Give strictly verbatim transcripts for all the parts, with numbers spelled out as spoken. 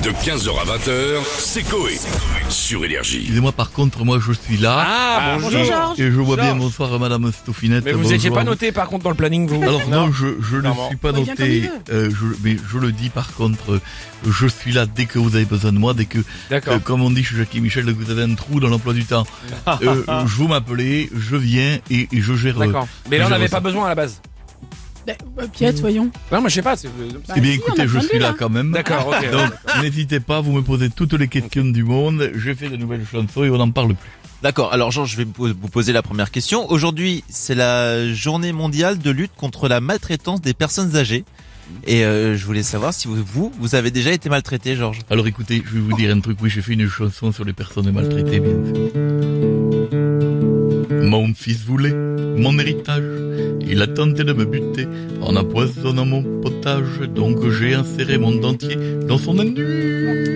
De quinze heures à vingt heures, c'est Coé. Sur Énergie. Excusez-moi, par contre, moi je suis là. Ah, bonjour, et, Georges. et je vois bien, Georges. bonsoir Madame Stoffinette. Mais vous bonjour. n'étiez pas noté par contre dans le planning, vous. Alors non, je, je ne Non, suis pas il vient comme noté, il veut. euh, je, mais je le dis par contre, euh, je suis là dès que vous avez besoin de moi, dès que, D'accord. euh, comme on dit chez Jackie Michel, dès que vous avez un trou dans l'emploi du temps. Euh, je vous m'appelez, je viens et, et je gère. D'accord. Mais là, on je n'avait gère pas ça. besoin à la base. Bah, bah, Piette, voyons. Non, moi je sais pas. c'est- Bah, Eh bien si, on écoutez, a je besoin de suis lui, là là. quand même. D'accord, ok. Donc n'hésitez pas, vous me posez toutes les questions du monde, je fais de nouvelles chansons et on n'en parle plus. D'accord, alors Jean, je vais vous vous poser la première question. Aujourd'hui, c'est la journée mondiale de lutte contre la maltraitance des personnes âgées. Et euh, je voulais savoir si vous, vous, vous avez déjà été maltraité, Georges. Alors écoutez, je vais vous dire un truc, oui j'ai fait une chanson sur les personnes maltraitées bien sûr. Mon fils voulait mon héritage, il a tenté de me buter en empoisonnant mon potage, donc j'ai inséré mon dentier dans son anus.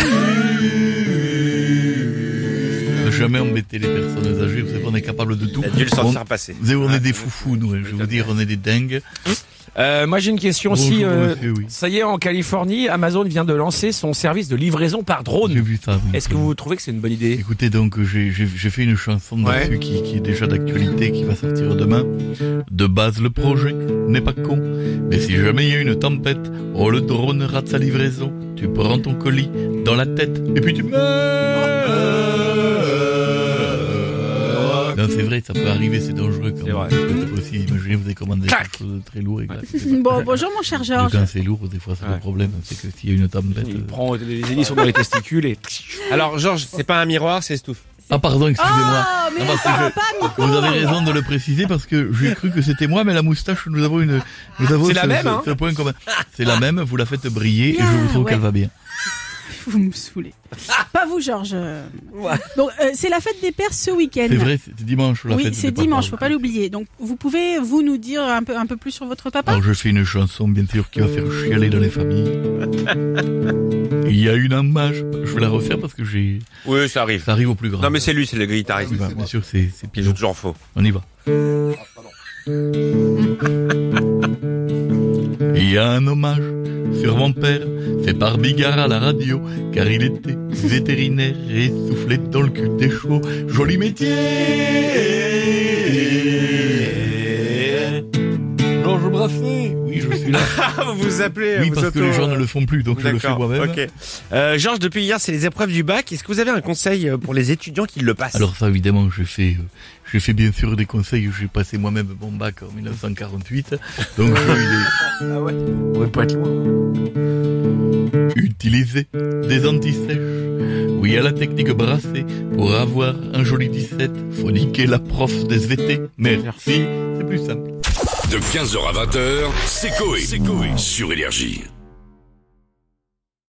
Ne jamais embêter les personnes âgées, vous savez on est capable de tout. Il a dû le On- sentir passer. Vous savez, on est des foufous nous, hein, je vais vous dire, on est des dingues. Euh, moi j'ai une question aussi. Bonjour, euh, monsieur, oui. Ça y est, en Californie, Amazon vient de lancer son service de livraison par J'ai drone. vu ça. oui. Est-ce que vous trouvez que c'est une bonne idée? Écoutez, donc j'ai j'ai j'ai fait une chanson Ouais. dessus qui, qui est déjà d'actualité, qui va sortir demain. De base, le projet n'est pas con, mais si jamais il y a une tempête, oh le drone rate sa livraison, tu prends ton colis dans la tête et puis tu meurs. Non, c'est vrai, ça peut arriver, c'est dangereux quand C'est même. vrai. C'est aussi, imaginez, vous avez commandé Clac. quelque chose de très lourd et que là, c'est pas- Bon, bonjour mon cher Mais Georges. quand c'est lourd, des fois c'est Ouais. le problème, c'est que s'il y a une tempête. Il euh, prend les hélices sont dans les testicules et. Alors Georges, c'est pas un miroir, c'est Stouff. Ah pardon, excusez-moi. Oh, mais Non, parce que ça va je- pas, Nico. Vous avez raison de le préciser parce que j'ai cru que c'était moi, mais la moustache, nous avons une, nous avons C'est la ce, même, ce- hein ce point commun. C'est la même, vous la faites briller et Bien, je vous trouve ouais. qu'elle va bien. Vous me saoulez. Pas vous, Georges. Donc, euh, c'est la fête des pères ce week-end. C'est vrai, c'est dimanche la Oui, fête. c'est des dimanche, papas. faut pas l'oublier. Donc, vous pouvez, vous, nous dire un peu, un peu plus sur votre papa? Alors je fais une chanson, bien sûr, qui va faire chialer dans les familles. Il y a une image, je vais la refaire parce que j'ai, Oui, ça arrive. ça arrive au plus grand. Non mais c'est lui, c'est le guitariste. Oui, bah, bien sûr, c'est, c'est Il joue Pinot. toujours faux. On y va. Il y a un hommage sur mon père, fait par Bigard à la radio, car il était vétérinaire et soufflait dans le cul des chevaux. Joli métier! Georges Brassens, oui, je suis là. Ah, vous vous appelez Oui, vous parce que auto- les gens ne le font plus, donc je le fais D'accord, moi-même. ok. Euh, Georges, depuis hier, c'est les épreuves du bac. Est-ce que vous avez un conseil pour les étudiants qui le passent? Alors ça, évidemment, j'ai fait, euh, j'ai fait bien sûr des conseils. J'ai passé moi-même mon bac en dix-neuf cent quarante-huit. Donc, je, il est- Ah ouais. On pourrait pas être loin. Utiliser des antisèches. Oui, à la technique brassée. Pour avoir un joli dix-sept, faut niquer la prof des S V T. Merci, c'est plus simple. De quinze heures à vingt heures, c'est Coé. Sur Énergie.